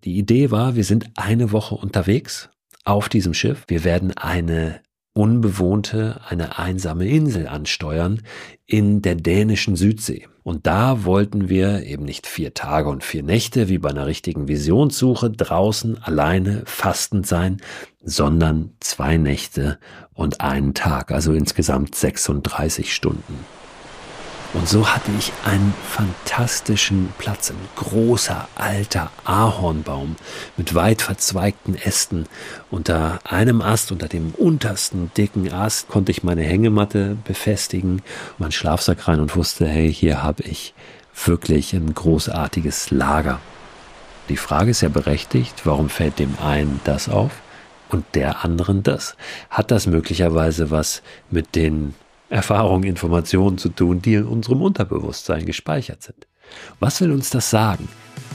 Die Idee war, wir sind eine Woche unterwegs auf diesem Schiff. Wir werden eine unbewohnte, eine einsame Insel ansteuern in der dänischen Südsee. Und da wollten wir eben nicht 4 Tage und 4 Nächte wie bei einer richtigen Visionssuche draußen alleine fastend sein, sondern 2 Nächte und 1 Tag, also insgesamt 36 Stunden. Und so hatte ich einen fantastischen Platz, ein großer, alter Ahornbaum mit weit verzweigten Ästen. Unter einem Ast, unter dem untersten dicken Ast, konnte ich meine Hängematte befestigen, meinen Schlafsack rein und wusste, hey, hier habe ich wirklich ein großartiges Lager. Die Frage ist ja berechtigt, warum fällt dem einen das auf und der anderen das? Hat das möglicherweise was mit den Erfahrungen, Informationen zu tun, die in unserem Unterbewusstsein gespeichert sind? Was will uns das sagen?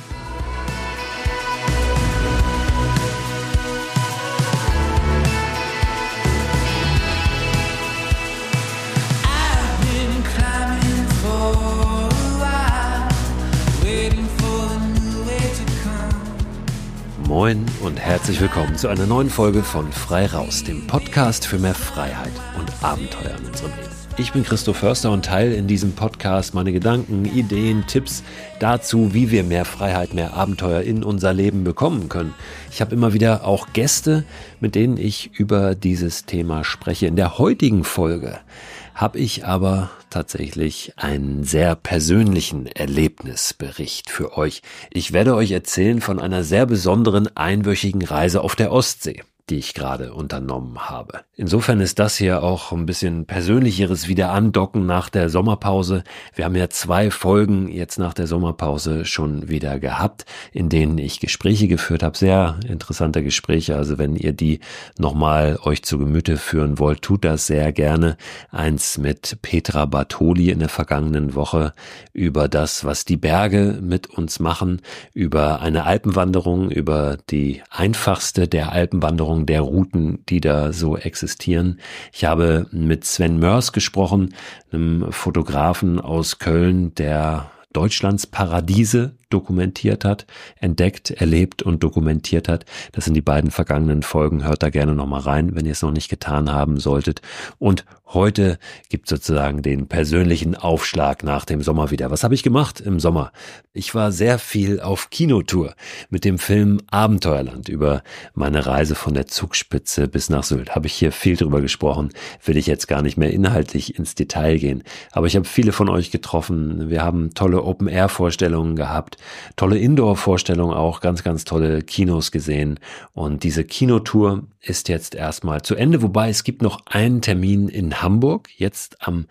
Moin und herzlich willkommen zu einer neuen Folge von Frei Raus, dem Podcast für mehr Freiheit und Abenteuer in unserem Leben. Ich bin Christoph Förster und teile in diesem Podcast meine Gedanken, Ideen, Tipps dazu, wie wir mehr Freiheit, mehr Abenteuer in unser Leben bekommen können. Ich habe immer wieder auch Gäste, mit denen ich über dieses Thema spreche. In der heutigen Folge habe ich aber tatsächlich einen sehr persönlichen Erlebnisbericht für euch. Ich werde euch erzählen von einer sehr besonderen einwöchigen Reise auf der Ostsee, die ich gerade unternommen habe. Insofern ist das hier auch ein bisschen persönlicheres Wiederandocken nach der Sommerpause. Wir haben ja 2 Folgen jetzt nach der Sommerpause schon wieder gehabt, in denen ich Gespräche geführt habe. Sehr interessante Gespräche. Also wenn ihr die nochmal euch zu Gemüte führen wollt, tut das sehr gerne. Eins mit Petra Bartoli in der vergangenen Woche über das, was die Berge mit uns machen, über eine Alpenwanderung, über die einfachste der Alpenwanderungen, der Routen, die da so existieren. Ich habe mit Sven Mörs gesprochen, einem Fotografen aus Köln, der Deutschlands Paradiese dokumentiert hat, entdeckt, erlebt und dokumentiert hat. Das sind die beiden vergangenen Folgen. Hört da gerne nochmal rein, wenn ihr es noch nicht getan haben solltet. Und heute gibt es sozusagen den persönlichen Aufschlag nach dem Sommer wieder. Was habe ich gemacht im Sommer? Ich war sehr viel auf Kinotour mit dem Film Abenteuerland über meine Reise von der Zugspitze bis nach Sylt. Habe ich hier viel drüber gesprochen, will ich jetzt gar nicht mehr inhaltlich ins Detail gehen. Aber ich habe viele von euch getroffen. Wir haben tolle Open-Air-Vorstellungen gehabt, tolle Indoor-Vorstellungen auch, ganz, ganz tolle Kinos gesehen. Und diese Kinotour ist jetzt erstmal zu Ende, wobei es gibt noch einen Termin in Hamburg. Jetzt am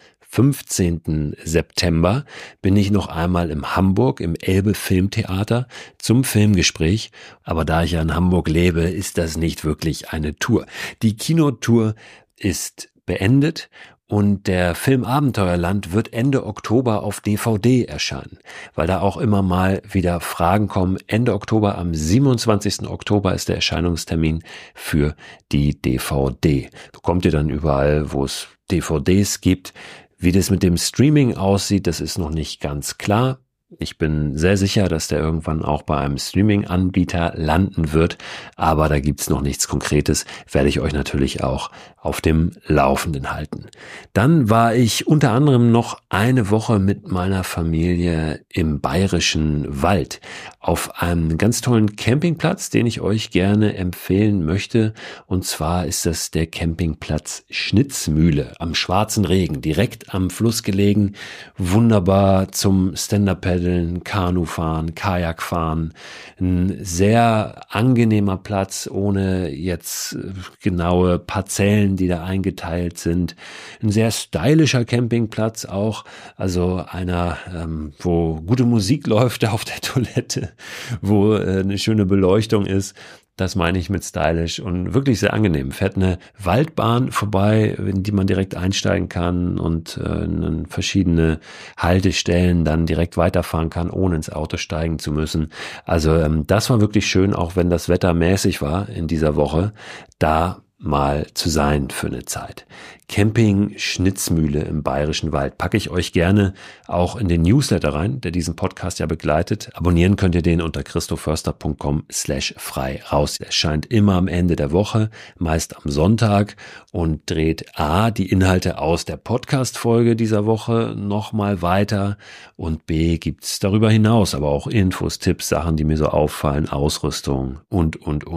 15. September bin ich noch einmal in Hamburg im Elbe Filmtheater zum Filmgespräch. Aber da ich ja in Hamburg lebe, ist das nicht wirklich eine Tour. Die Kinotour ist beendet. Und der Film Abenteuerland wird Ende Oktober auf DVD erscheinen, weil da auch immer mal wieder Fragen kommen. Ende Oktober, am 27. Oktober ist der Erscheinungstermin für die DVD. Bekommt ihr dann überall, wo es DVDs gibt. Wie das mit dem Streaming aussieht, das ist noch nicht ganz klar. Ich bin sehr sicher, dass der irgendwann auch bei einem Streaming-Anbieter landen wird, aber da gibt's noch nichts Konkretes, werde ich euch natürlich auch auf dem Laufenden halten. Dann war ich unter anderem noch eine Woche mit meiner Familie im Bayerischen Wald auf einem ganz tollen Campingplatz, den ich euch gerne empfehlen möchte. Und zwar ist das der Campingplatz Schnitzmühle am Schwarzen Regen, direkt am Fluss gelegen, wunderbar zum Stand-Up-Paddeln, Kanufahren, Kajakfahren. Ein sehr angenehmer Platz, ohne jetzt genaue Parzellen, die da eingeteilt sind. Ein sehr stylischer Campingplatz auch, also einer, wo gute Musik läuft auf der Toilette, wo eine schöne Beleuchtung ist. Das meine ich mit stylisch und wirklich sehr angenehm. Fährt eine Waldbahn vorbei, in die man direkt einsteigen kann und in verschiedene Haltestellen dann direkt weiterfahren kann, ohne ins Auto steigen zu müssen. Also das war wirklich schön, auch wenn das Wetter mäßig war in dieser Woche. Da mal zu sein für eine Zeit. Camping Schnitzmühle im Bayerischen Wald. Packe ich euch gerne auch in den Newsletter rein, der diesen Podcast ja begleitet. Abonnieren könnt ihr den unter christoförster.com/frei raus. Er erscheint immer am Ende der Woche, meist am Sonntag und dreht A, die Inhalte aus der Podcast-Folge dieser Woche nochmal weiter und B, gibt's darüber hinaus aber auch Infos, Tipps, Sachen, die mir so auffallen, Ausrüstung und.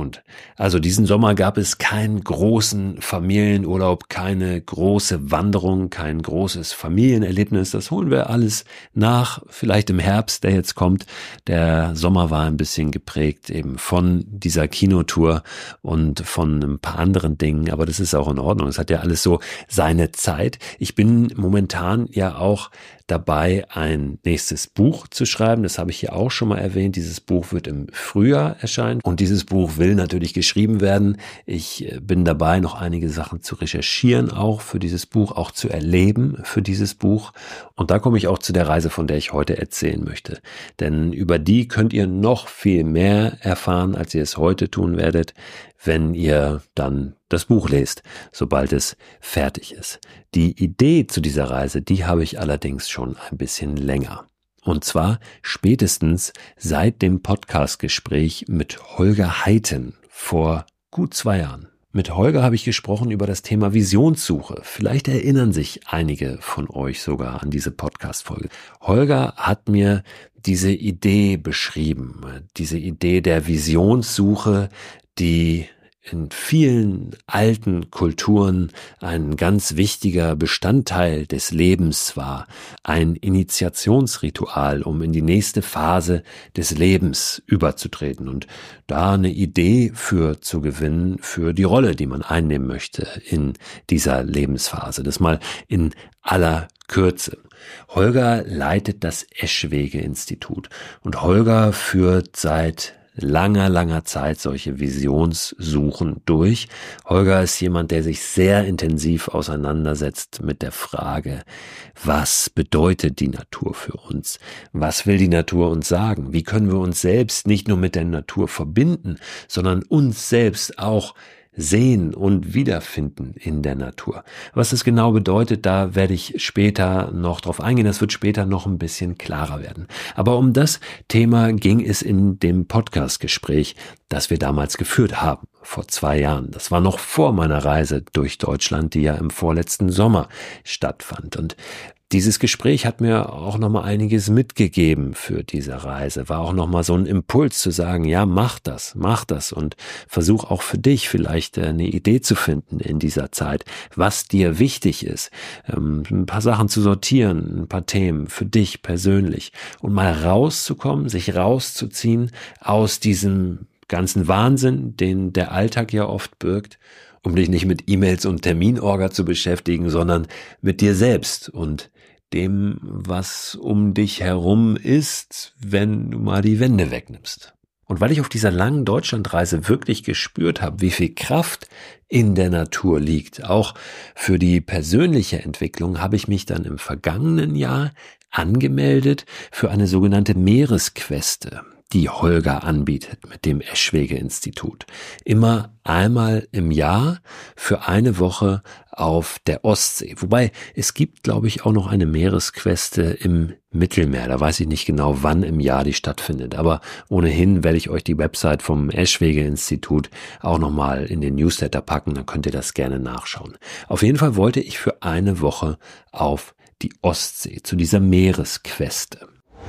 Also diesen Sommer gab es keinen großen Familienurlaub, keine große Wanderung, kein großes Familienerlebnis. Das holen wir alles nach, vielleicht im Herbst, der jetzt kommt. Der Sommer war ein bisschen geprägt eben von dieser Kinotour und von ein paar anderen Dingen, aber das ist auch in Ordnung. Es hat ja alles so seine Zeit. Ich bin momentan ja auch dabei, ein nächstes Buch zu schreiben. Das habe ich hier auch schon mal erwähnt. Dieses Buch wird im Frühjahr erscheinen und dieses Buch will natürlich geschrieben werden. Ich bin dabei, noch einige Sachen zu recherchieren, auch für dieses Buch, auch zu erleben für dieses Buch. Und da komme ich auch zu der Reise, von der ich heute erzählen möchte. Denn über die könnt ihr noch viel mehr erfahren, als ihr es heute tun werdet, wenn ihr dann das Buch lest, sobald es fertig ist. Die Idee zu dieser Reise, die habe ich allerdings schon ein bisschen länger. Und zwar spätestens seit dem Podcast-Gespräch mit Holger Heiten vor gut 2 Jahren. Mit Holger habe ich gesprochen über das Thema Visionssuche. Vielleicht erinnern sich einige von euch sogar an diese Podcast-Folge. Holger hat mir diese Idee beschrieben, diese Idee der Visionssuche, die in vielen alten Kulturen ein ganz wichtiger Bestandteil des Lebens war, ein Initiationsritual, um in die nächste Phase des Lebens überzutreten und da eine Idee für zu gewinnen, für die Rolle, die man einnehmen möchte in dieser Lebensphase. Das mal in aller Kürze. Holger leitet das Eschwege-Institut und Holger führt seit langer Zeit solche Visionssuchen durch. Holger ist jemand, der sich sehr intensiv auseinandersetzt mit der Frage, was bedeutet die Natur für uns? Was will die Natur uns sagen? Wie können wir uns selbst nicht nur mit der Natur verbinden, sondern uns selbst auch sehen und wiederfinden in der Natur. Was das genau bedeutet, da werde ich später noch drauf eingehen. Das wird später noch ein bisschen klarer werden. Aber um das Thema ging es in dem Podcast-Gespräch, das wir damals geführt haben, vor 2 Jahren. Das war noch vor meiner Reise durch Deutschland, die ja im vorletzten Sommer stattfand. Und dieses Gespräch hat mir auch nochmal einiges mitgegeben für diese Reise. War auch nochmal so ein Impuls zu sagen, ja, mach das und versuch auch für dich vielleicht eine Idee zu finden in dieser Zeit, was dir wichtig ist. Ein paar Sachen zu sortieren, ein paar Themen für dich persönlich und mal rauszukommen, sich rauszuziehen aus diesem ganzen Wahnsinn, den der Alltag ja oft birgt, um dich nicht mit E-Mails und Terminorga zu beschäftigen, sondern mit dir selbst und dem, was um dich herum ist, wenn du mal die Wände wegnimmst. Und weil ich auf dieser langen Deutschlandreise wirklich gespürt habe, wie viel Kraft in der Natur liegt, auch für die persönliche Entwicklung, habe ich mich dann im vergangenen Jahr angemeldet für eine sogenannte Meeresqueste, die Holger anbietet mit dem Eschwege-Institut. Immer einmal im Jahr für eine Woche auf der Ostsee. Wobei, es gibt, glaube ich, auch noch eine Meeresqueste im Mittelmeer. Da weiß ich nicht genau, wann im Jahr die stattfindet. Aber ohnehin werde ich euch die Website vom Eschwege-Institut auch nochmal in den Newsletter packen. Dann könnt ihr das gerne nachschauen. Auf jeden Fall wollte ich für eine Woche auf die Ostsee, zu dieser Meeresqueste.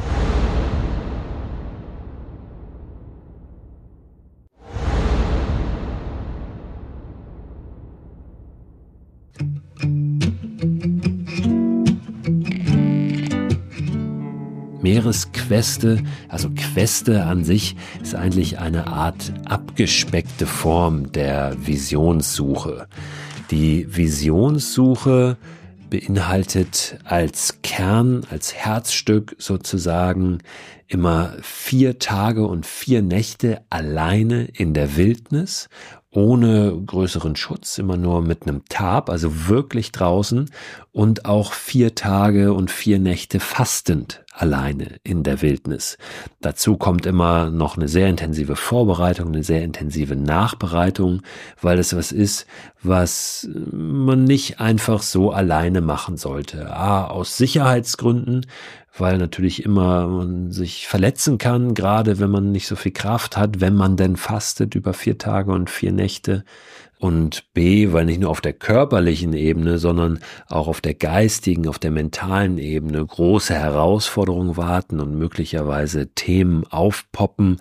Meeresqueste, also Queste an sich, ist eigentlich eine Art abgespeckte Form der Visionssuche. Die Visionssuche beinhaltet als Kern, als Herzstück sozusagen immer 4 Tage und 4 Nächte alleine in der Wildnis, ohne größeren Schutz, immer nur mit einem Tarp, also wirklich draußen, und auch 4 Tage und 4 Nächte fastend alleine in der Wildnis. Dazu kommt immer noch eine sehr intensive Vorbereitung, eine sehr intensive Nachbereitung, weil es was ist, was man nicht einfach so alleine machen sollte. Aus Sicherheitsgründen, weil natürlich immer man sich verletzen kann, gerade wenn man nicht so viel Kraft hat, wenn man denn fastet über 4 Tage und 4 Nächte. Und B, weil nicht nur auf der körperlichen Ebene, sondern auch auf der geistigen, auf der mentalen Ebene große Herausforderungen warten und möglicherweise Themen aufpoppen,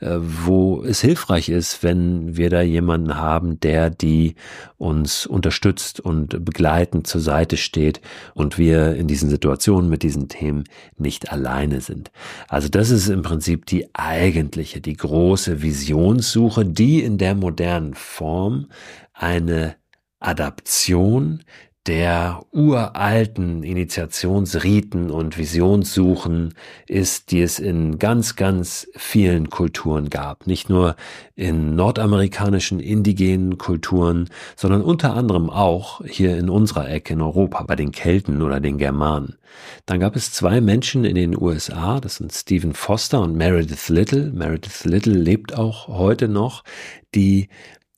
wo es hilfreich ist, wenn wir da jemanden haben, der die uns unterstützt und begleitend zur Seite steht und wir in diesen Situationen mit diesen Themen nicht alleine sind. Also das ist im Prinzip die eigentliche, die große Visionssuche, die in der modernen Form eine Adaption der uralten Initiationsriten und Visionssuchen ist, die es in ganz, ganz vielen Kulturen gab. Nicht nur in nordamerikanischen indigenen Kulturen, sondern unter anderem auch hier in unserer Ecke in Europa, bei den Kelten oder den Germanen. Dann gab es 2 Menschen in den USA, das sind Stephen Foster und Meredith Little. Meredith Little lebt auch heute noch, die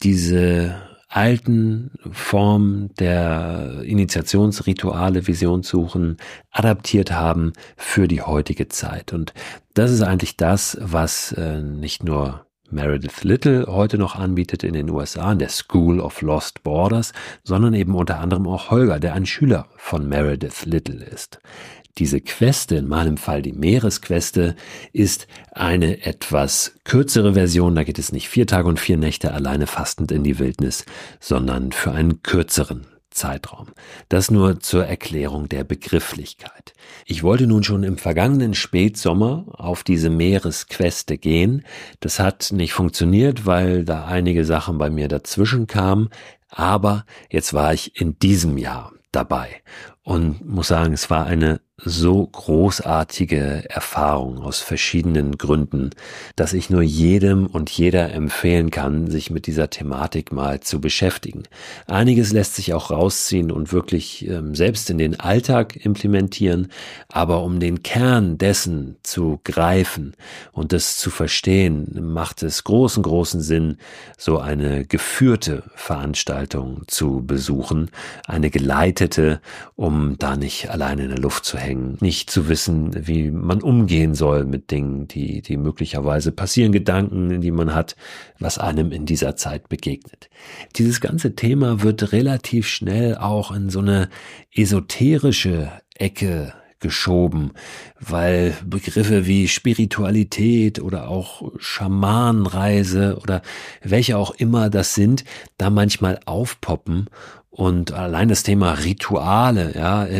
diese alten Formen der Initiationsrituale, Visionssuchen adaptiert haben für die heutige Zeit. Und das ist eigentlich das, was nicht nur Meredith Little heute noch anbietet in den USA, in der School of Lost Borders, sondern eben unter anderem auch Holger, der ein Schüler von Meredith Little ist. Diese Queste, in meinem Fall die Meeresqueste, ist eine etwas kürzere Version. Da geht es nicht 4 Tage und 4 Nächte alleine fastend in die Wildnis, sondern für einen kürzeren Zeitraum. Das nur zur Erklärung der Begrifflichkeit. Ich wollte nun schon im vergangenen Spätsommer auf diese Meeresqueste gehen. Das hat nicht funktioniert, weil da einige Sachen bei mir dazwischen kamen. Aber jetzt war ich in diesem Jahr dabei und muss sagen, es war eine so großartige Erfahrung aus verschiedenen Gründen, dass ich nur jedem und jeder empfehlen kann, sich mit dieser Thematik mal zu beschäftigen. Einiges lässt sich auch rausziehen und wirklich selbst in den Alltag implementieren, aber um den Kern dessen zu greifen und das zu verstehen, macht es großen Sinn, so eine geführte Veranstaltung zu besuchen, eine geleitete, um da nicht alleine in der Luft zu hängen, nicht zu wissen, wie man umgehen soll mit Dingen, die möglicherweise passieren, Gedanken, die man hat, was einem in dieser Zeit begegnet. Dieses ganze Thema wird relativ schnell auch in so eine esoterische Ecke geschoben, weil Begriffe wie Spiritualität oder auch Schamanenreise oder welche auch immer das sind, da manchmal aufpoppen. Und allein das Thema Rituale,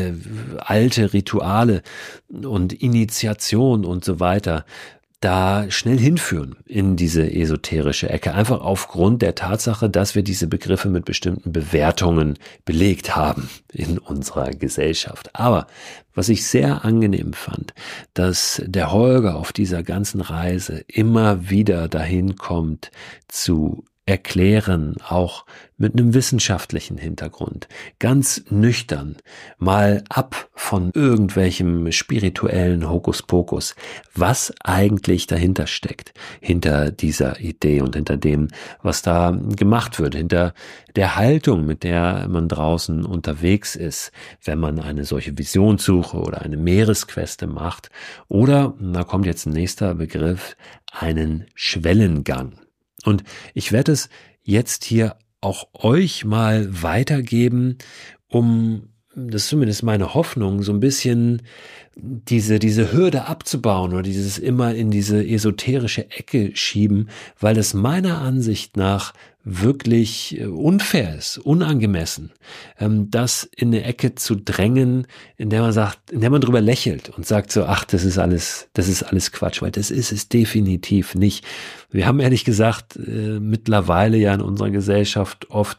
alte Rituale und Initiation und so weiter, da schnell hinführen in diese esoterische Ecke. Einfach aufgrund der Tatsache, dass wir diese Begriffe mit bestimmten Bewertungen belegt haben in unserer Gesellschaft. Aber was ich sehr angenehm fand, dass der Holger auf dieser ganzen Reise immer wieder dahin kommt zu erklären, auch mit einem wissenschaftlichen Hintergrund, ganz nüchtern, mal ab von irgendwelchem spirituellen Hokuspokus, was eigentlich dahinter steckt, hinter dieser Idee und hinter dem, was da gemacht wird, hinter der Haltung, mit der man draußen unterwegs ist, wenn man eine solche Visionssuche oder eine Meeresqueste macht oder, da kommt jetzt ein nächster Begriff, einen Schwellengang. Und ich werde es jetzt hier auch euch mal weitergeben, um, das ist zumindest meine Hoffnung, so ein bisschen diese Hürde abzubauen oder dieses immer in diese esoterische Ecke schieben, weil das meiner Ansicht nach wirklich unfair ist, unangemessen, das in eine Ecke zu drängen, in der man drüber lächelt und sagt so, ach, das ist alles Quatsch, weil das ist es definitiv nicht. Wir haben ehrlich gesagt mittlerweile ja in unserer Gesellschaft oft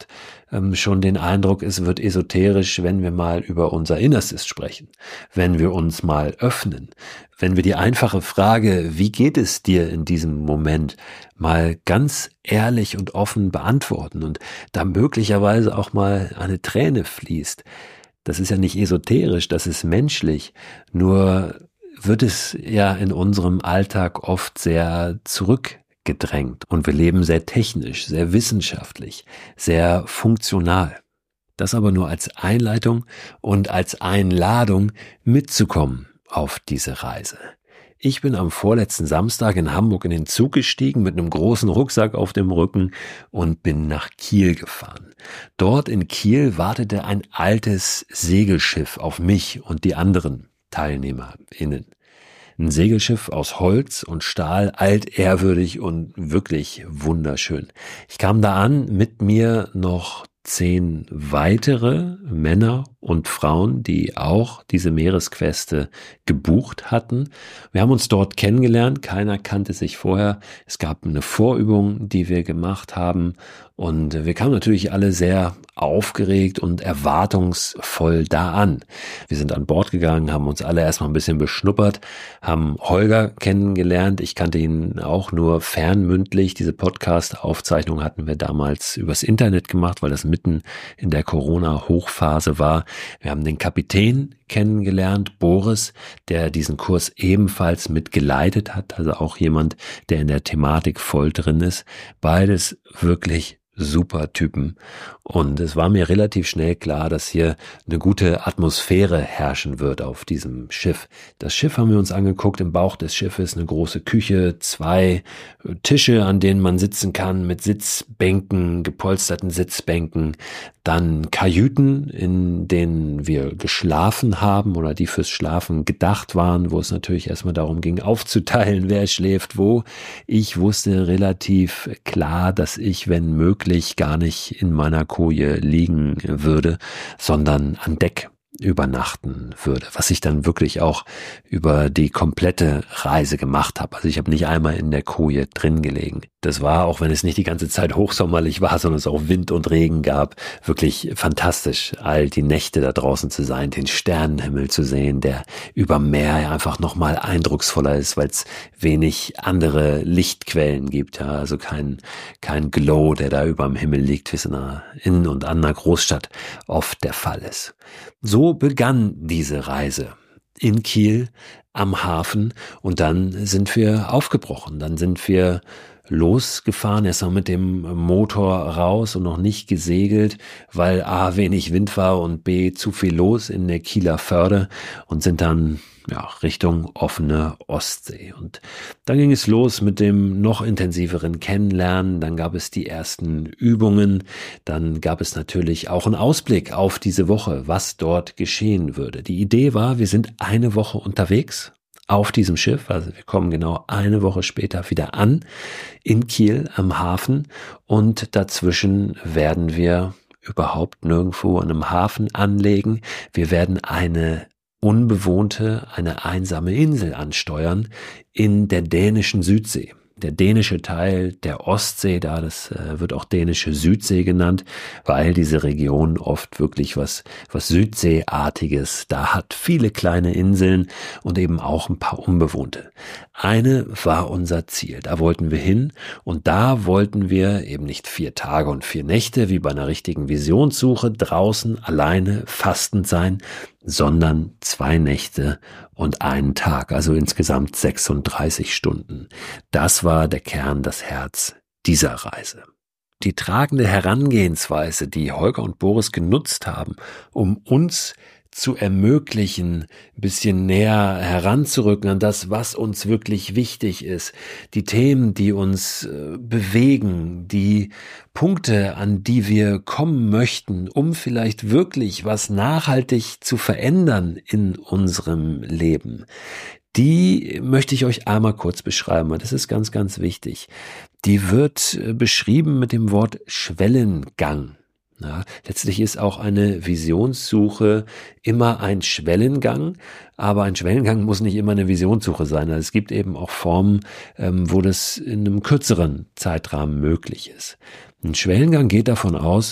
schon den Eindruck, es wird esoterisch, wenn wir mal über unser Innerstes sprechen, wenn wir uns mal öffnen, wenn wir die einfache Frage, wie geht es dir in diesem Moment, mal ganz ehrlich und offen beantworten und da möglicherweise auch mal eine Träne fließt. Das ist ja nicht esoterisch, das ist menschlich, nur wird es ja in unserem Alltag oft sehr zurückgedrängt und wir leben sehr technisch, sehr wissenschaftlich, sehr funktional. Das aber nur als Einleitung und als Einladung mitzukommen auf diese Reise. Ich bin am vorletzten Samstag in Hamburg in den Zug gestiegen mit einem großen Rucksack auf dem Rücken und bin nach Kiel gefahren. Dort in Kiel wartete ein altes Segelschiff auf mich und die anderen TeilnehmerInnen. Ein Segelschiff aus Holz und Stahl, altehrwürdig und wirklich wunderschön. Ich kam da an, mit mir noch 10 weitere Männer und Frauen, die auch diese Meeresqueste gebucht hatten. Wir haben uns dort kennengelernt, keiner kannte sich vorher. Es gab eine Vorübung, die wir gemacht haben und wir kamen natürlich alle sehr aufgeregt und erwartungsvoll da an. Wir sind an Bord gegangen, haben uns alle erstmal ein bisschen beschnuppert, haben Holger kennengelernt. Ich kannte ihn auch nur fernmündlich. Diese Podcast-Aufzeichnung hatten wir damals übers Internet gemacht, weil das mitten in der Corona-Hochphase war. Wir haben den Kapitän kennengelernt, Boris, der diesen Kurs ebenfalls mitgeleitet hat, also auch jemand, der in der Thematik voll drin ist. Beides wirklich super Typen. Und es war mir relativ schnell klar, dass hier eine gute Atmosphäre herrschen wird auf diesem Schiff. Das Schiff haben wir uns angeguckt, im Bauch des Schiffes eine große Küche, 2 Tische, an denen man sitzen kann, mit Sitzbänken, gepolsterten Sitzbänken, dann Kajüten, in denen wir geschlafen haben oder die fürs Schlafen gedacht waren, wo es natürlich erstmal darum ging, aufzuteilen, wer schläft wo. Ich wusste relativ klar, dass ich, wenn möglich, gar nicht in meiner Koje liegen würde, sondern an Deck übernachten würde, was ich dann wirklich auch über die komplette Reise gemacht habe. Also ich habe nicht einmal in der Koje drin gelegen. Das war, auch wenn es nicht die ganze Zeit hochsommerlich war, sondern es auch Wind und Regen gab, wirklich fantastisch, all die Nächte da draußen zu sein, den Sternenhimmel zu sehen, der über Meer einfach nochmal eindrucksvoller ist, weil es wenig andere Lichtquellen gibt, ja, also kein Glow, der da über dem Himmel liegt, wie es in und an einer Großstadt oft der Fall ist. So begann diese Reise in Kiel am Hafen und dann sind wir aufgebrochen, dann sind wir losgefahren, erstmal mit dem Motor raus und noch nicht gesegelt, weil A, wenig Wind war und B, zu viel los in der Kieler Förde und sind dann Richtung offene Ostsee. Und dann ging es los mit dem noch intensiveren Kennenlernen, dann gab es die ersten Übungen, dann gab es natürlich auch einen Ausblick auf diese Woche, was dort geschehen würde. Die Idee war, wir sind eine Woche unterwegs auf diesem Schiff, also wir kommen genau eine Woche später wieder an in Kiel am Hafen und dazwischen werden wir überhaupt nirgendwo an einem Hafen anlegen. Wir werden eine unbewohnte, eine einsame Insel ansteuern in der dänischen Südsee. Der dänische Teil der Ostsee, das wird auch dänische Südsee genannt, weil diese Region oft wirklich was Südseeartiges da hat. Viele kleine Inseln und eben auch ein paar unbewohnte. Eine war unser Ziel, da wollten wir hin und da wollten wir eben nicht 4 Tage und 4 Nächte wie bei einer richtigen Visionssuche draußen alleine fastend sein, sondern 2 Nächte und 1 Tag, also insgesamt 36 Stunden. Das war der Kern, das Herz dieser Reise. Die tragende Herangehensweise, die Holger und Boris genutzt haben, um uns zu ermöglichen, ein bisschen näher heranzurücken an das, was uns wirklich wichtig ist, die Themen, die uns bewegen, die Punkte, an die wir kommen möchten, um vielleicht wirklich was nachhaltig zu verändern in unserem Leben. Die möchte ich euch einmal kurz beschreiben, weil das ist ganz, ganz wichtig. Die wird beschrieben mit dem Wort Schwellengang. Ja, letztlich ist auch eine Visionssuche immer ein Schwellengang, aber ein Schwellengang muss nicht immer eine Visionssuche sein. Also es gibt eben auch Formen, wo das in einem kürzeren Zeitrahmen möglich ist. Ein Schwellengang geht davon aus,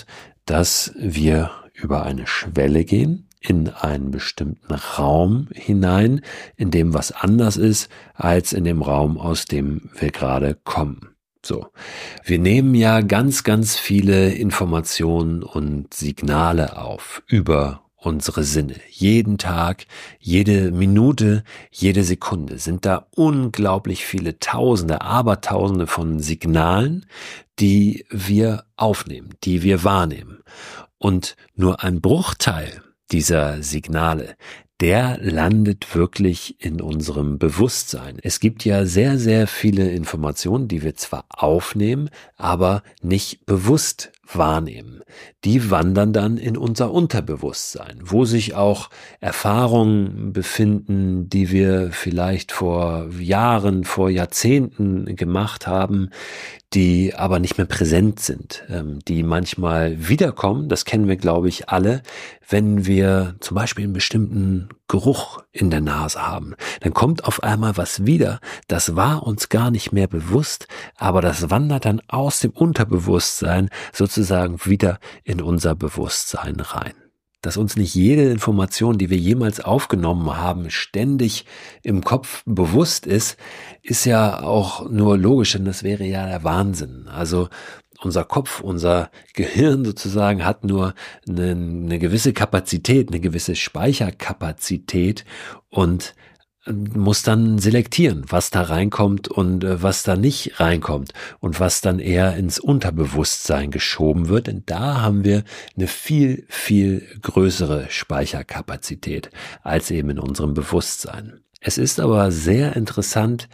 dass wir über eine Schwelle gehen, in einen bestimmten Raum hinein, in dem was anders ist, als in dem Raum, aus dem wir gerade kommen. So. Wir nehmen ja ganz, ganz viele Informationen und Signale auf über unsere Sinne. Jeden Tag, jede Minute, jede Sekunde sind da unglaublich viele Tausende, Abertausende von Signalen, die wir aufnehmen, die wir wahrnehmen. Und nur ein Bruchteil dieser Signale, der landet wirklich in unserem Bewusstsein. Es gibt ja sehr, sehr viele Informationen, die wir zwar aufnehmen, aber nicht bewusst wahrnehmen. Die wandern dann in unser Unterbewusstsein, wo sich auch Erfahrungen befinden, die wir vielleicht vor Jahren, vor Jahrzehnten gemacht haben, die aber nicht mehr präsent sind, die manchmal wiederkommen, das kennen wir, glaube ich, alle, wenn wir zum Beispiel einen bestimmten Geruch in der Nase haben. Dann kommt auf einmal was wieder, das war uns gar nicht mehr bewusst, aber das wandert dann aus dem Unterbewusstsein sozusagen wieder in unser Bewusstsein rein. Dass uns nicht jede Information, die wir jemals aufgenommen haben, ständig im Kopf bewusst ist, ist ja auch nur logisch, denn das wäre ja der Wahnsinn. Also unser Kopf, unser Gehirn sozusagen hat nur eine gewisse Kapazität, eine gewisse Speicherkapazität und muss dann selektieren, was da reinkommt und was da nicht reinkommt und was dann eher ins Unterbewusstsein geschoben wird. Denn da haben wir eine viel, viel größere Speicherkapazität als eben in unserem Bewusstsein. Es ist aber sehr interessant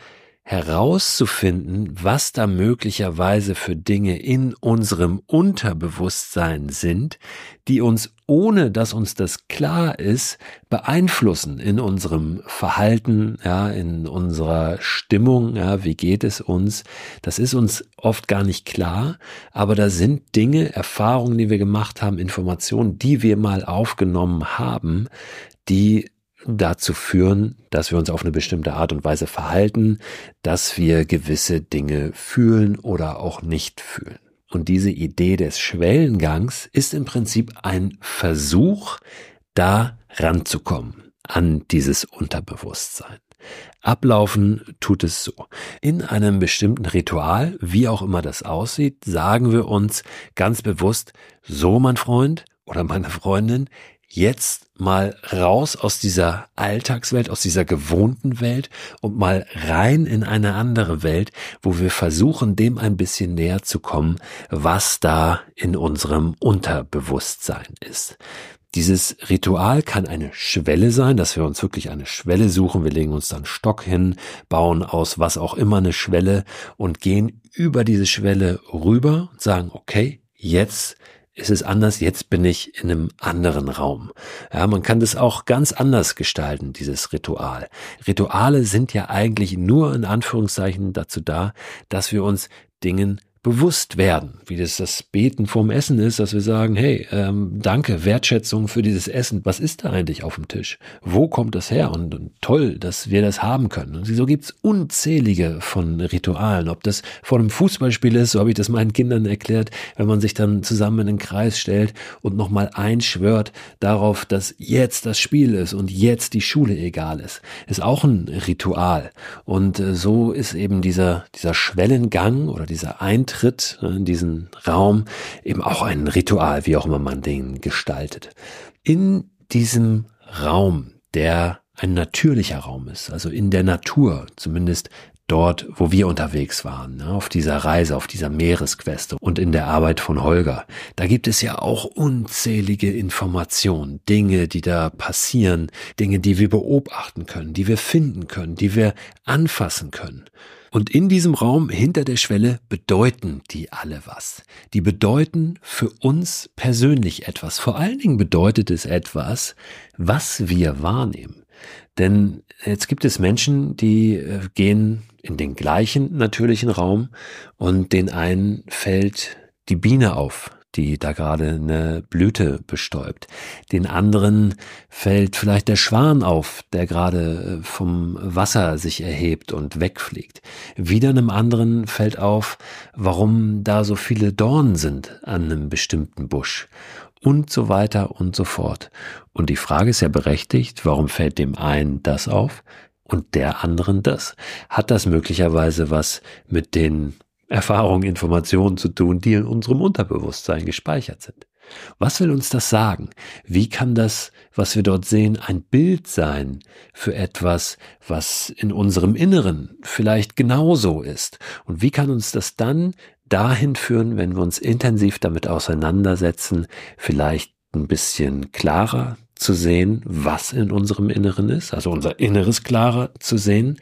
herauszufinden, was da möglicherweise für Dinge in unserem Unterbewusstsein sind, die uns, ohne dass uns das klar ist, beeinflussen in unserem Verhalten, ja, in unserer Stimmung, ja, wie geht es uns? Das ist uns oft gar nicht klar, aber da sind Dinge, Erfahrungen, die wir gemacht haben, Informationen, die wir mal aufgenommen haben, die dazu führen, dass wir uns auf eine bestimmte Art und Weise verhalten, dass wir gewisse Dinge fühlen oder auch nicht fühlen. Und diese Idee des Schwellengangs ist im Prinzip ein Versuch, da ranzukommen an dieses Unterbewusstsein. Ablaufen tut es so. In einem bestimmten Ritual, wie auch immer das aussieht, sagen wir uns ganz bewusst, so mein Freund oder meine Freundin, jetzt mal raus aus dieser Alltagswelt, aus dieser gewohnten Welt und mal rein in eine andere Welt, wo wir versuchen, dem ein bisschen näher zu kommen, was da in unserem Unterbewusstsein ist. Dieses Ritual kann eine Schwelle sein, dass wir uns wirklich eine Schwelle suchen. Wir legen uns dann einen Stock hin, bauen aus was auch immer eine Schwelle und gehen über diese Schwelle rüber und sagen, okay, jetzt ist es anders, jetzt bin ich in einem anderen Raum. Ja, man kann das auch ganz anders gestalten, dieses Ritual. Rituale sind ja eigentlich nur in Anführungszeichen dazu da, dass wir uns Dingen bewusst werden, wie das Beten vorm Essen ist, dass wir sagen, hey, danke, Wertschätzung für dieses Essen. Was ist da eigentlich auf dem Tisch? Wo kommt das her? Und toll, dass wir das haben können. Und so gibt's unzählige von Ritualen. Ob das vor einem Fußballspiel ist, so habe ich das meinen Kindern erklärt, wenn man sich dann zusammen in den Kreis stellt und nochmal einschwört darauf, dass jetzt das Spiel ist und jetzt die Schule egal ist auch ein Ritual. Und so ist eben dieser Schwellengang oder dieser Eintritt in diesen Raum eben auch ein Ritual, wie auch immer man den gestaltet. In diesem Raum, der ein natürlicher Raum ist, also in der Natur, zumindest dort, wo wir unterwegs waren, auf dieser Reise, auf dieser Meeresquest und in der Arbeit von Holger. Da gibt es ja auch unzählige Informationen, Dinge, die da passieren, Dinge, die wir beobachten können, die wir finden können, die wir anfassen können. Und in diesem Raum hinter der Schwelle bedeuten die alle was. Die bedeuten für uns persönlich etwas. Vor allen Dingen bedeutet es etwas, was wir wahrnehmen. Denn jetzt gibt es Menschen, die gehen in den gleichen natürlichen Raum und den einen fällt die Biene auf, die da gerade eine Blüte bestäubt. Den anderen fällt vielleicht der Schwan auf, der gerade vom Wasser sich erhebt und wegfliegt. Wieder einem anderen fällt auf, warum da so viele Dornen sind an einem bestimmten Busch. Und so weiter und so fort. Und die Frage ist ja berechtigt, warum fällt dem einen das auf und der anderen das? Hat das möglicherweise was mit den Erfahrungen, Informationen zu tun, die in unserem Unterbewusstsein gespeichert sind? Was will uns das sagen? Wie kann das, was wir dort sehen, ein Bild sein für etwas, was in unserem Inneren vielleicht genauso ist? Und wie kann uns das dann dahin führen, wenn wir uns intensiv damit auseinandersetzen, vielleicht ein bisschen klarer zu sehen, was in unserem Inneren ist, also unser Inneres klarer zu sehen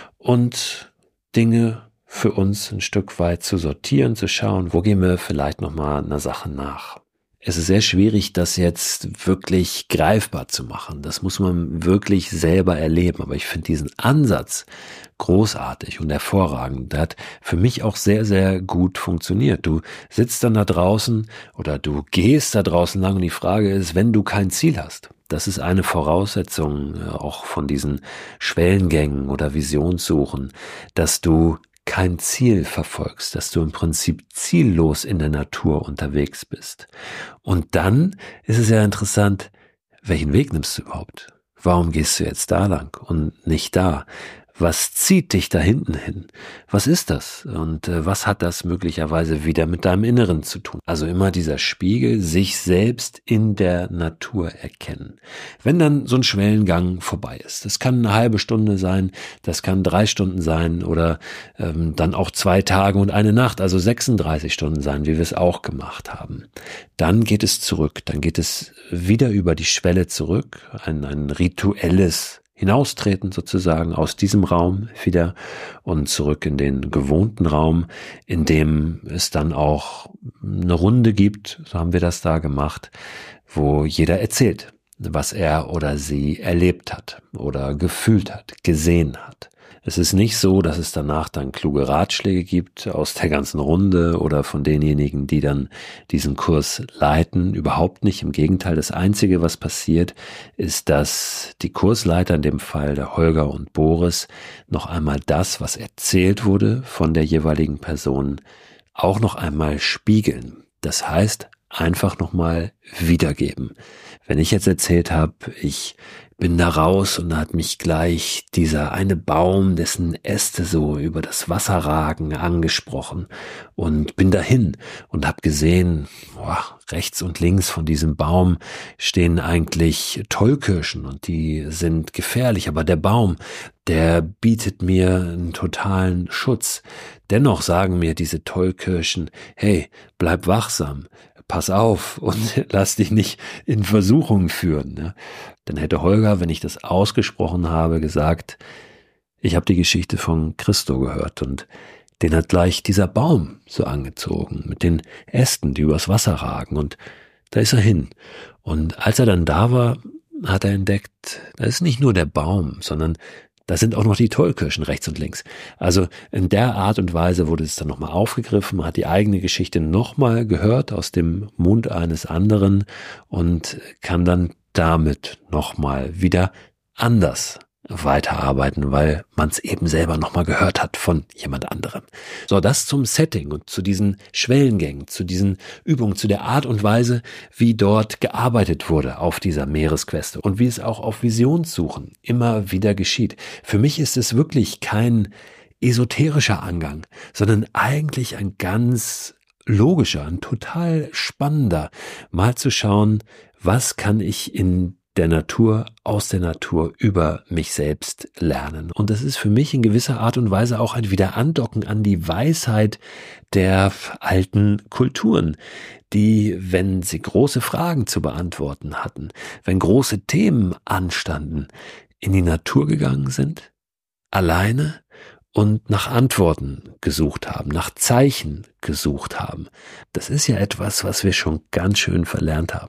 und Dinge für uns ein Stück weit zu sortieren, zu schauen, wo gehen wir vielleicht nochmal einer Sache nach. Es ist sehr schwierig, das jetzt wirklich greifbar zu machen. Das muss man wirklich selber erleben. Aber ich finde diesen Ansatz großartig und hervorragend. Der hat für mich auch sehr, sehr gut funktioniert. Du sitzt dann da draußen oder du gehst da draußen lang und die Frage ist, wenn du kein Ziel hast. Das ist eine Voraussetzung auch von diesen Schwellengängen oder Visionssuchen, dass du kein Ziel verfolgst, dass du im Prinzip ziellos in der Natur unterwegs bist. Und dann ist es ja interessant, welchen Weg nimmst du überhaupt? Warum gehst du jetzt da lang und nicht da? Was zieht dich da hinten hin? Was ist das? Und was hat das möglicherweise wieder mit deinem Inneren zu tun? Also immer dieser Spiegel, sich selbst in der Natur erkennen. Wenn dann so ein Schwellengang vorbei ist, das kann eine halbe Stunde sein, das kann 3 Stunden sein oder dann auch 2 Tage und eine Nacht, also 36 Stunden sein, wie wir es auch gemacht haben. Dann geht es zurück, dann geht es wieder über die Schwelle zurück, ein rituelles Hinaustreten sozusagen aus diesem Raum wieder und zurück in den gewohnten Raum, in dem es dann auch eine Runde gibt, so haben wir das da gemacht, wo jeder erzählt, was er oder sie erlebt hat oder gefühlt hat, gesehen hat. Es ist nicht so, dass es danach dann kluge Ratschläge gibt aus der ganzen Runde oder von denjenigen, die dann diesen Kurs leiten. Überhaupt nicht. Im Gegenteil, das Einzige, was passiert, ist, dass die Kursleiter, in dem Fall der Holger und Boris, noch einmal das, was erzählt wurde von der jeweiligen Person, auch noch einmal spiegeln. Das heißt, einfach nochmal wiedergeben. Wenn ich jetzt erzählt habe, ich bin da raus und da hat mich gleich dieser eine Baum, dessen Äste so über das Wasser ragen, angesprochen und bin dahin und habe gesehen, rechts und links von diesem Baum stehen eigentlich Tollkirschen und die sind gefährlich, aber der Baum, der bietet mir einen totalen Schutz. Dennoch sagen mir diese Tollkirschen, hey, bleib wachsam. Pass auf und lass dich nicht in Versuchung führen. Ne? Dann hätte Holger, wenn ich das ausgesprochen habe, gesagt, ich habe die Geschichte von Christo gehört und den hat gleich dieser Baum so angezogen mit den Ästen, die übers Wasser ragen und da ist er hin. Und als er dann da war, hat er entdeckt, da ist nicht nur der Baum, sondern da sind auch noch die Tollkirschen rechts und links. Also in der Art und Weise wurde es dann nochmal aufgegriffen, hat die eigene Geschichte nochmal gehört aus dem Mund eines anderen und kann dann damit nochmal wieder anders weiterarbeiten, weil man es eben selber nochmal gehört hat von jemand anderem. So, das zum Setting und zu diesen Schwellengängen, zu diesen Übungen, zu der Art und Weise, wie dort gearbeitet wurde auf dieser Meeresqueste und wie es auch auf Visionssuchen immer wieder geschieht. Für mich ist es wirklich kein esoterischer Angang, sondern eigentlich ein ganz logischer, ein total spannender, mal zu schauen, was kann ich in der Natur, aus der Natur über mich selbst lernen. Und das ist für mich in gewisser Art und Weise auch ein Wiederandocken an die Weisheit der alten Kulturen, die, wenn sie große Fragen zu beantworten hatten, wenn große Themen anstanden, in die Natur gegangen sind, alleine und nach Antworten gesucht haben, nach Zeichen gesucht haben. Das ist ja etwas, was wir schon ganz schön verlernt haben.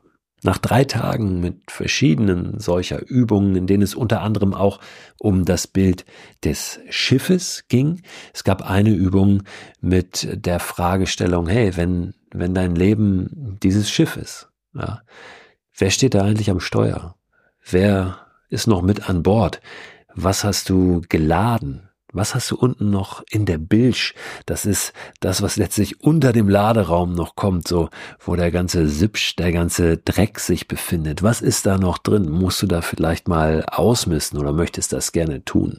Nach 3 Tagen mit verschiedenen solcher Übungen, in denen es unter anderem auch um das Bild des Schiffes ging. Es gab eine Übung mit der Fragestellung, hey, wenn dein Leben dieses Schiff ist, ja, wer steht da eigentlich am Steuer? Wer ist noch mit an Bord? Was hast du geladen? Was hast du unten noch in der Bilge? Das ist das, was letztlich unter dem Laderaum noch kommt, so wo der ganze Sipsch, der ganze Dreck sich befindet. Was ist da noch drin? Musst du da vielleicht mal ausmisten oder möchtest das gerne tun?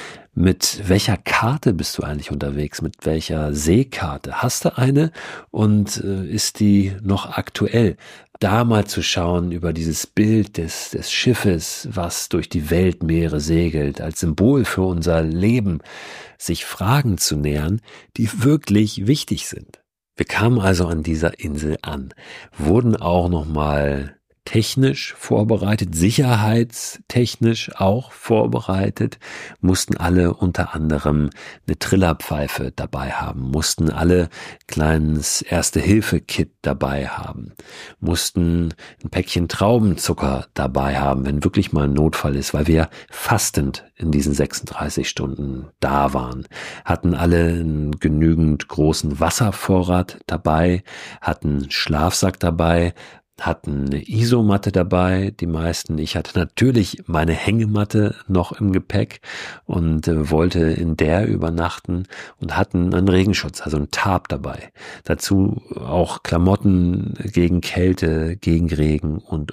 Mit welcher Karte bist du eigentlich unterwegs? Mit welcher Seekarte? Hast du eine und ist die noch aktuell? Da mal zu schauen über dieses Bild des Schiffes, was durch die Weltmeere segelt, als Symbol für unser Leben, sich Fragen zu nähern, die wirklich wichtig sind. Wir kamen also an dieser Insel an, wurden auch nochmal technisch vorbereitet, sicherheitstechnisch auch vorbereitet, mussten alle unter anderem eine Trillerpfeife dabei haben, mussten alle kleines Erste-Hilfe-Kit dabei haben, mussten ein Päckchen Traubenzucker dabei haben, wenn wirklich mal ein Notfall ist, weil wir fastend in diesen 36 Stunden da waren, hatten alle einen genügend großen Wasservorrat dabei, hatten einen Schlafsack dabei, hatten eine Isomatte dabei, die meisten. Ich hatte natürlich meine Hängematte noch im Gepäck und wollte in der übernachten und hatten einen Regenschutz, also einen Tarp dabei. Dazu auch Klamotten gegen Kälte, gegen Regen und.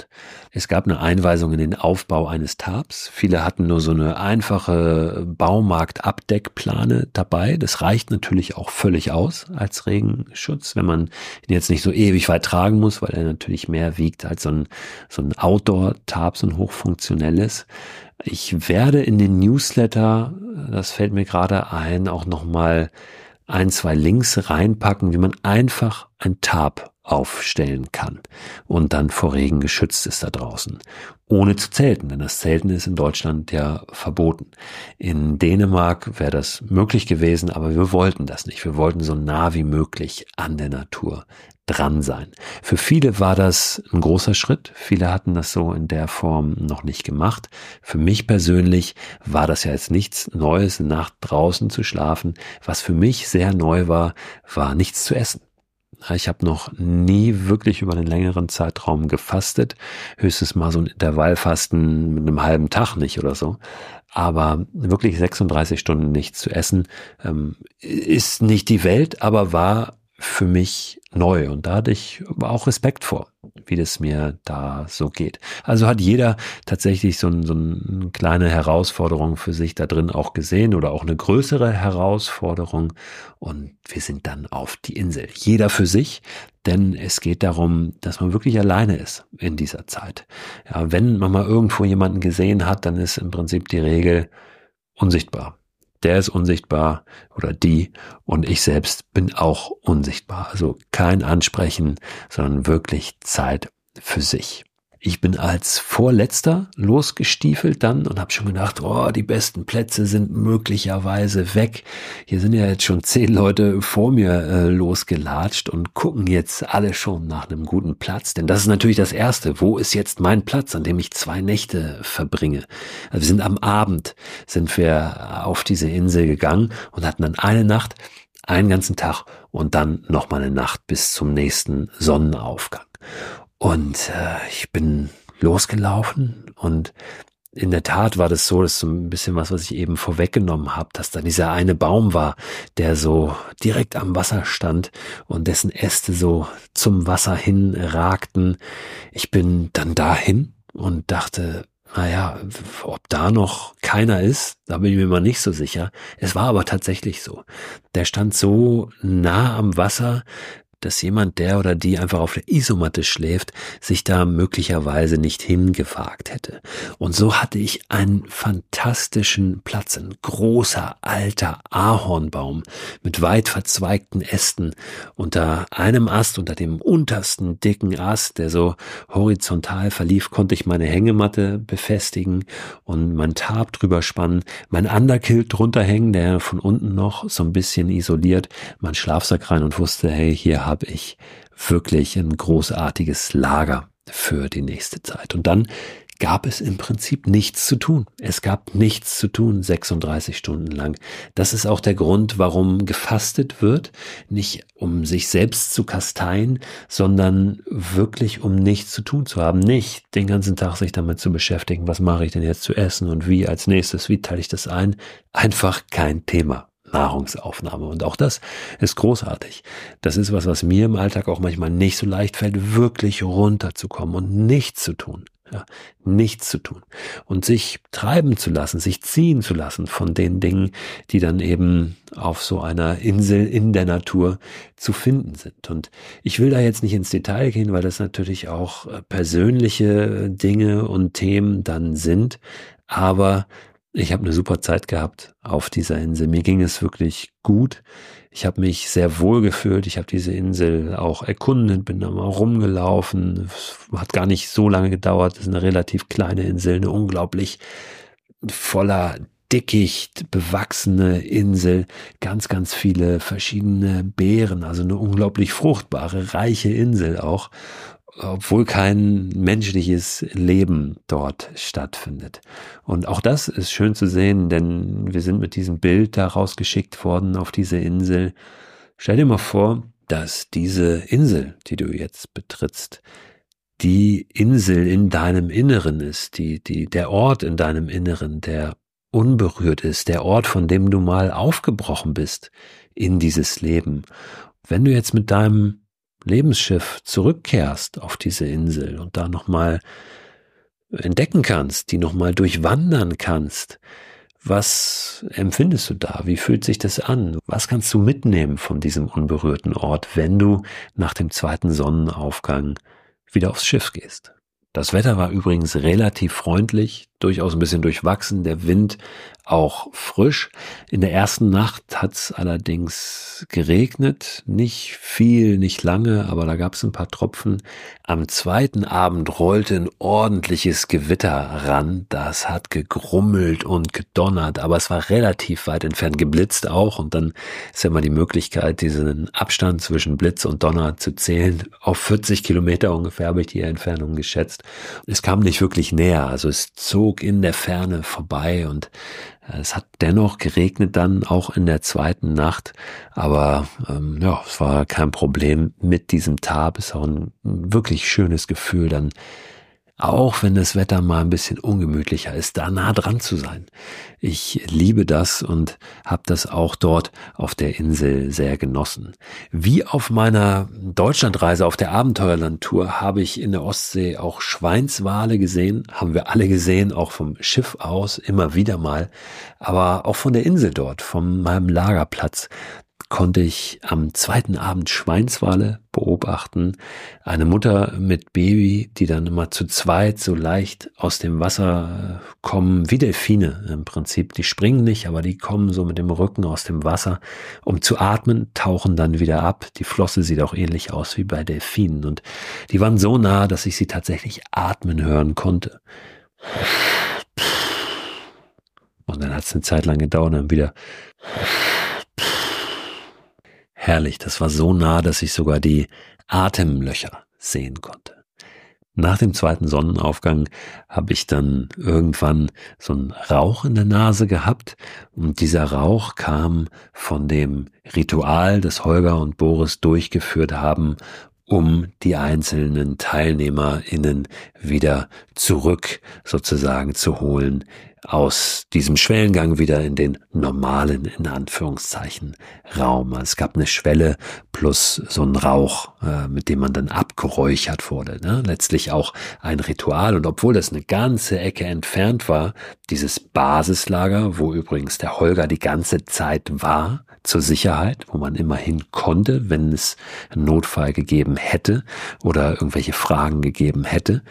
Es gab eine Einweisung in den Aufbau eines Tarps. Viele hatten nur so eine einfache Baumarkt-Abdeckplane dabei. Das reicht natürlich auch völlig aus als Regenschutz, wenn man ihn jetzt nicht so ewig weit tragen muss, weil er natürlich mehr wiegt als so ein Outdoor-Tarp, so ein hochfunktionelles. Ich werde in den Newsletter, das fällt mir gerade ein, auch nochmal 1, 2 Links reinpacken, wie man einfach ein Tarp aufstellen kann und dann vor Regen geschützt ist da draußen. Ohne zu zelten, denn das Zelten ist in Deutschland ja verboten. In Dänemark wäre das möglich gewesen, aber wir wollten das nicht. Wir wollten so nah wie möglich an der Natur dran sein. Für viele war das ein großer Schritt. Viele hatten das so in der Form noch nicht gemacht. Für mich persönlich war das ja jetzt nichts Neues, eine Nacht draußen zu schlafen. Was für mich sehr neu war, war nichts zu essen. Ich habe noch nie wirklich über einen längeren Zeitraum gefastet, höchstens mal so ein Intervallfasten mit einem halben Tag nicht oder so. Aber wirklich 36 Stunden nichts zu essen, ist nicht die Welt, aber war für mich neu und da hatte ich auch Respekt vor, wie das mir da so geht. Also hat jeder tatsächlich so eine kleine Herausforderung für sich da drin auch gesehen oder auch eine größere Herausforderung und wir sind dann auf die Insel. Jeder für sich, denn es geht darum, dass man wirklich alleine ist in dieser Zeit. Ja, wenn man mal irgendwo jemanden gesehen hat, dann ist im Prinzip die Regel unsichtbar. Der ist unsichtbar oder die und ich selbst bin auch unsichtbar. Also kein Ansprechen, sondern wirklich Zeit für sich. Ich bin als Vorletzter losgestiefelt dann und habe schon gedacht, die besten Plätze sind möglicherweise weg. Hier sind ja jetzt schon 10 Leute vor mir losgelatscht und gucken jetzt alle schon nach einem guten Platz. Denn das ist natürlich das Erste. Wo ist jetzt mein Platz, an dem ich 2 Nächte verbringe? Also wir sind am Abend, sind wir auf diese Insel gegangen und hatten dann eine Nacht, einen ganzen Tag und dann nochmal eine Nacht bis zum nächsten Sonnenaufgang. Und ich bin losgelaufen und in der Tat war das so, das ist so ein bisschen was ich eben vorweggenommen habe, dass da dieser eine Baum war, der so direkt am Wasser stand und dessen Äste so zum Wasser hin ragten. Ich bin dann dahin und dachte, naja, ob da noch keiner ist, da bin ich mir mal nicht so sicher. Es war aber tatsächlich so. Der stand so nah am Wasser, dass jemand, der oder die einfach auf der Isomatte schläft, sich da möglicherweise nicht hingewagt hätte. Und so hatte ich einen fantastischen Platz, ein großer, alter Ahornbaum mit weit verzweigten Ästen. Unter einem Ast, unter dem untersten dicken Ast, der so horizontal verlief, konnte ich meine Hängematte befestigen und mein Tarp drüber spannen, mein Underkill drunter hängen, der von unten noch so ein bisschen isoliert, mein Schlafsack rein und wusste, hey, hier habe ich wirklich ein großartiges Lager für die nächste Zeit. Und dann gab es im Prinzip nichts zu tun. Es gab nichts zu tun 36 Stunden lang. Das ist auch der Grund, warum gefastet wird. Nicht um sich selbst zu kasteien, sondern wirklich um nichts zu tun zu haben. Nicht den ganzen Tag sich damit zu beschäftigen, was mache ich denn jetzt zu essen und wie als nächstes, wie teile ich das ein. Einfach kein Thema. Nahrungsaufnahme. Und auch das ist großartig. Das ist was mir im Alltag auch manchmal nicht so leicht fällt, wirklich runterzukommen und nichts zu tun. Ja, nichts zu tun und sich treiben zu lassen, sich ziehen zu lassen von den Dingen, die dann eben auf so einer Insel in der Natur zu finden sind. Und ich will da jetzt nicht ins Detail gehen, weil das natürlich auch persönliche Dinge und Themen dann sind, aber ich habe eine super Zeit gehabt auf dieser Insel. Mir ging es wirklich gut. Ich habe mich sehr wohl gefühlt. Ich habe diese Insel auch erkundet, bin da mal rumgelaufen. Es hat gar nicht so lange gedauert. Es ist eine relativ kleine Insel, eine unglaublich voller Dickicht bewachsene Insel. Ganz, ganz viele verschiedene Beeren. Also eine unglaublich fruchtbare, reiche Insel auch. Obwohl kein menschliches Leben dort stattfindet. Und auch das ist schön zu sehen, denn wir sind mit diesem Bild da rausgeschickt worden auf diese Insel. Stell dir mal vor, dass diese Insel, die du jetzt betrittst, die Insel in deinem Inneren ist, der Ort in deinem Inneren, der unberührt ist, der Ort, von dem du mal aufgebrochen bist in dieses Leben. Wenn du jetzt mit deinem Lebensschiff zurückkehrst auf diese Insel und da nochmal entdecken kannst, die nochmal durchwandern kannst, was empfindest du da? Wie fühlt sich das an? Was kannst du mitnehmen von diesem unberührten Ort, wenn du nach dem zweiten Sonnenaufgang wieder aufs Schiff gehst? Das Wetter war übrigens relativ freundlich, durchaus ein bisschen durchwachsen, der Wind auch frisch. In der ersten Nacht hat es allerdings geregnet, nicht viel, nicht lange, aber da gab es ein paar Tropfen. Am zweiten Abend rollte ein ordentliches Gewitter ran, das hat gegrummelt und gedonnert, aber es war relativ weit entfernt, geblitzt auch, und dann ist ja mal die Möglichkeit, diesen Abstand zwischen Blitz und Donner zu zählen. Auf 40 Kilometer ungefähr habe ich die Entfernung geschätzt. Es kam nicht wirklich näher, also es zog in der Ferne vorbei und es hat dennoch geregnet dann auch in der zweiten Nacht, aber es war kein Problem mit diesem Tab. Es ist auch ein wirklich schönes Gefühl, dann, auch wenn das Wetter mal ein bisschen ungemütlicher ist, da nah dran zu sein. Ich liebe das und habe das auch dort auf der Insel sehr genossen. Wie auf meiner Deutschlandreise auf der Abenteuerlandtour habe ich in der Ostsee auch Schweinswale gesehen, haben wir alle gesehen, auch vom Schiff aus, immer wieder mal, aber auch von der Insel dort, von meinem Lagerplatz, konnte ich am zweiten Abend Schweinswale beobachten. Eine Mutter mit Baby, die dann immer zu zweit so leicht aus dem Wasser kommen, wie Delfine im Prinzip. Die springen nicht, aber die kommen so mit dem Rücken aus dem Wasser, um zu atmen, tauchen dann wieder ab. Die Flosse sieht auch ähnlich aus wie bei Delfinen. Und die waren so nah, dass ich sie tatsächlich atmen hören konnte. Und dann hat es eine Zeit lang gedauert, dann wieder. Herrlich, das war so nah, dass ich sogar die Atemlöcher sehen konnte. Nach dem zweiten Sonnenaufgang habe ich dann irgendwann so einen Rauch in der Nase gehabt, und dieser Rauch kam von dem Ritual, das Holger und Boris durchgeführt haben, um die einzelnen TeilnehmerInnen wieder zurück sozusagen zu holen, aus diesem Schwellengang wieder in den normalen, in Anführungszeichen, Raum. Es gab eine Schwelle plus so einen Rauch, mit dem man dann abgeräuchert wurde. Ne? Letztlich auch ein Ritual. Und obwohl das eine ganze Ecke entfernt war, dieses Basislager, wo übrigens der Holger die ganze Zeit war, zur Sicherheit, wo man immer hin konnte, wenn es einen Notfall gegeben hätte oder irgendwelche Fragen gegeben hätte,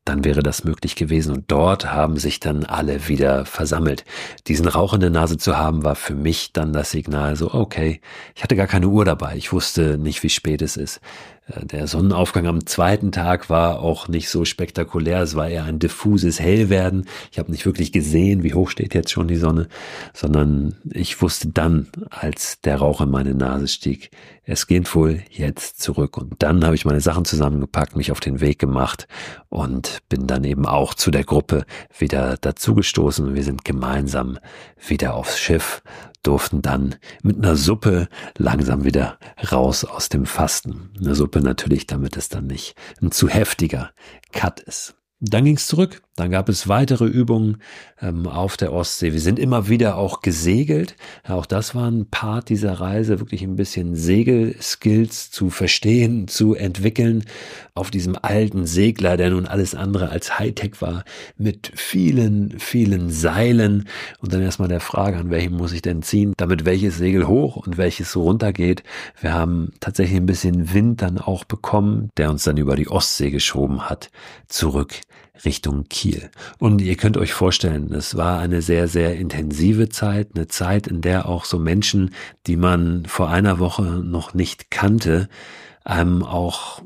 dann wäre das möglich gewesen. Und dort haben sich dann alle wieder versammelt. Diesen Rauch in der Nase zu haben, war für mich dann das Signal so, okay, ich hatte gar keine Uhr dabei. Ich wusste nicht, wie spät es ist. Der Sonnenaufgang am zweiten Tag war auch nicht so spektakulär. Es war eher ein diffuses Hellwerden. Ich habe nicht wirklich gesehen, wie hoch steht jetzt schon die Sonne, sondern ich wusste dann, als der Rauch in meine Nase stieg, es geht wohl jetzt zurück. Und dann habe ich meine Sachen zusammengepackt, mich auf den Weg gemacht und bin dann eben auch zu der Gruppe wieder dazugestoßen. Wir sind gemeinsam wieder aufs Schiff, durften dann mit einer Suppe langsam wieder raus aus dem Fasten. Eine Suppe natürlich, damit es dann nicht ein zu heftiger Cut ist. Dann ging's zurück. Dann gab es weitere Übungen auf der Ostsee. Wir sind immer wieder auch gesegelt. Ja, auch das war ein Part dieser Reise, wirklich ein bisschen Segelskills zu verstehen, zu entwickeln. Auf diesem alten Segler, der nun alles andere als Hightech war, mit vielen, vielen Seilen. Und dann erstmal der Frage, an welchem muss ich denn ziehen, damit welches Segel hoch und welches runter geht. Wir haben tatsächlich ein bisschen Wind dann auch bekommen, der uns dann über die Ostsee geschoben hat, zurück Richtung Kiel. Und ihr könnt euch vorstellen, es war eine sehr, sehr intensive Zeit, eine Zeit, in der auch so Menschen, die man vor einer Woche noch nicht kannte, einem auch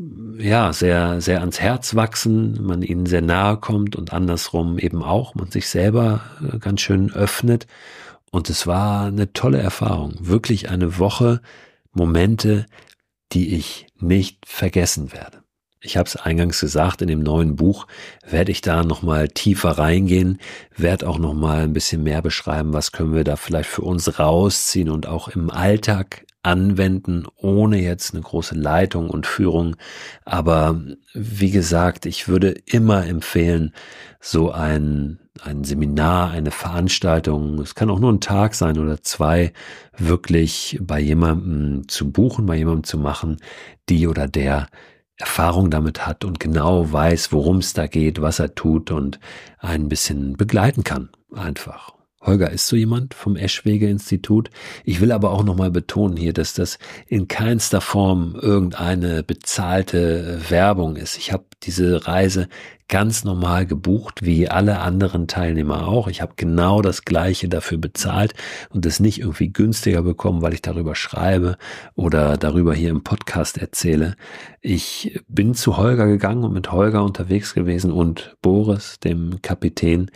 sehr, sehr ans Herz wachsen, man ihnen sehr nahe kommt und andersrum eben auch, man sich selber ganz schön öffnet. Und es war eine tolle Erfahrung, wirklich eine Woche Momente, die ich nicht vergessen werde. Ich habe es eingangs gesagt, in dem neuen Buch werde ich da nochmal tiefer reingehen, werde auch nochmal ein bisschen mehr beschreiben, was können wir da vielleicht für uns rausziehen und auch im Alltag anwenden, ohne jetzt eine große Leitung und Führung. Aber wie gesagt, ich würde immer empfehlen, so ein Seminar, eine Veranstaltung, es kann auch nur ein Tag sein oder 2, wirklich bei jemandem zu buchen, bei jemandem zu machen, die oder der Erfahrung damit hat und genau weiß, worum es da geht, was er tut und ein bisschen begleiten kann, einfach. Holger ist so jemand vom Eschwege-Institut. Ich will aber auch nochmal betonen hier, dass das in keinster Form irgendeine bezahlte Werbung ist. Ich habe diese Reise ganz normal gebucht, wie alle anderen Teilnehmer auch. Ich habe genau das Gleiche dafür bezahlt und es nicht irgendwie günstiger bekommen, weil ich darüber schreibe oder darüber hier im Podcast erzähle. Ich bin zu Holger gegangen und mit Holger unterwegs gewesen und Boris, dem Kapitän,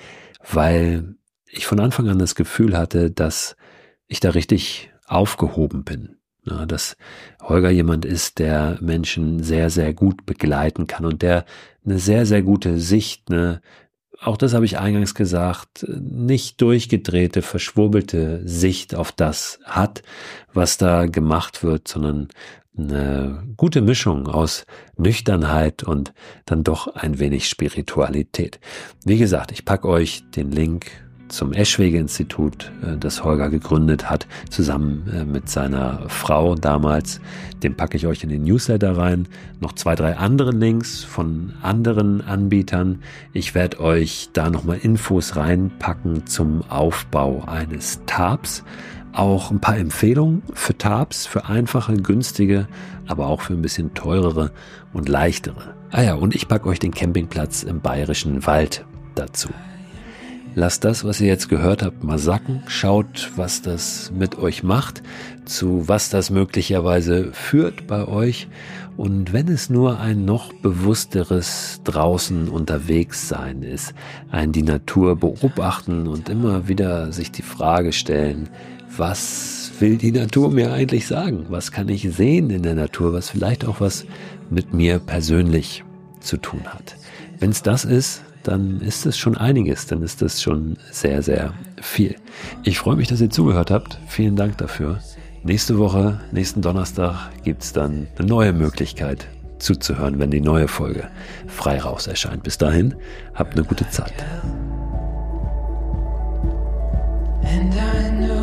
weil ich von Anfang an das Gefühl hatte, dass ich da richtig aufgehoben bin. Ja, dass Holger jemand ist, der Menschen sehr, sehr gut begleiten kann und der eine sehr, sehr gute Sicht, auch das habe ich eingangs gesagt, nicht durchgedrehte, verschwurbelte Sicht auf das hat, was da gemacht wird, sondern eine gute Mischung aus Nüchternheit und dann doch ein wenig Spiritualität. Wie gesagt, ich packe euch den Link zum Eschwege-Institut, das Holger gegründet hat, zusammen mit seiner Frau damals. Den packe ich euch in den Newsletter rein. Noch 2, 3 andere Links von anderen Anbietern. Ich werde euch da nochmal Infos reinpacken zum Aufbau eines Tarps. Auch ein paar Empfehlungen für Tarps, für einfache, günstige, aber auch für ein bisschen teurere und leichtere. Und ich packe euch den Campingplatz im Bayerischen Wald dazu. Lasst das, was ihr jetzt gehört habt, mal sacken. Schaut, was das mit euch macht, zu was das möglicherweise führt bei euch. Und wenn es nur ein noch bewussteres draußen unterwegs sein ist, die Natur beobachten und immer wieder sich die Frage stellen, was will die Natur mir eigentlich sagen? Was kann ich sehen in der Natur, was vielleicht auch was mit mir persönlich zu tun hat? Wenn es das ist, dann ist es schon einiges, dann ist das schon sehr, sehr viel. Ich freue mich, dass ihr zugehört habt. Vielen Dank dafür. Nächste Woche, nächsten Donnerstag, gibt's dann eine neue Möglichkeit zuzuhören, wenn die neue Folge frei raus erscheint. Bis dahin, habt eine gute Zeit. And I know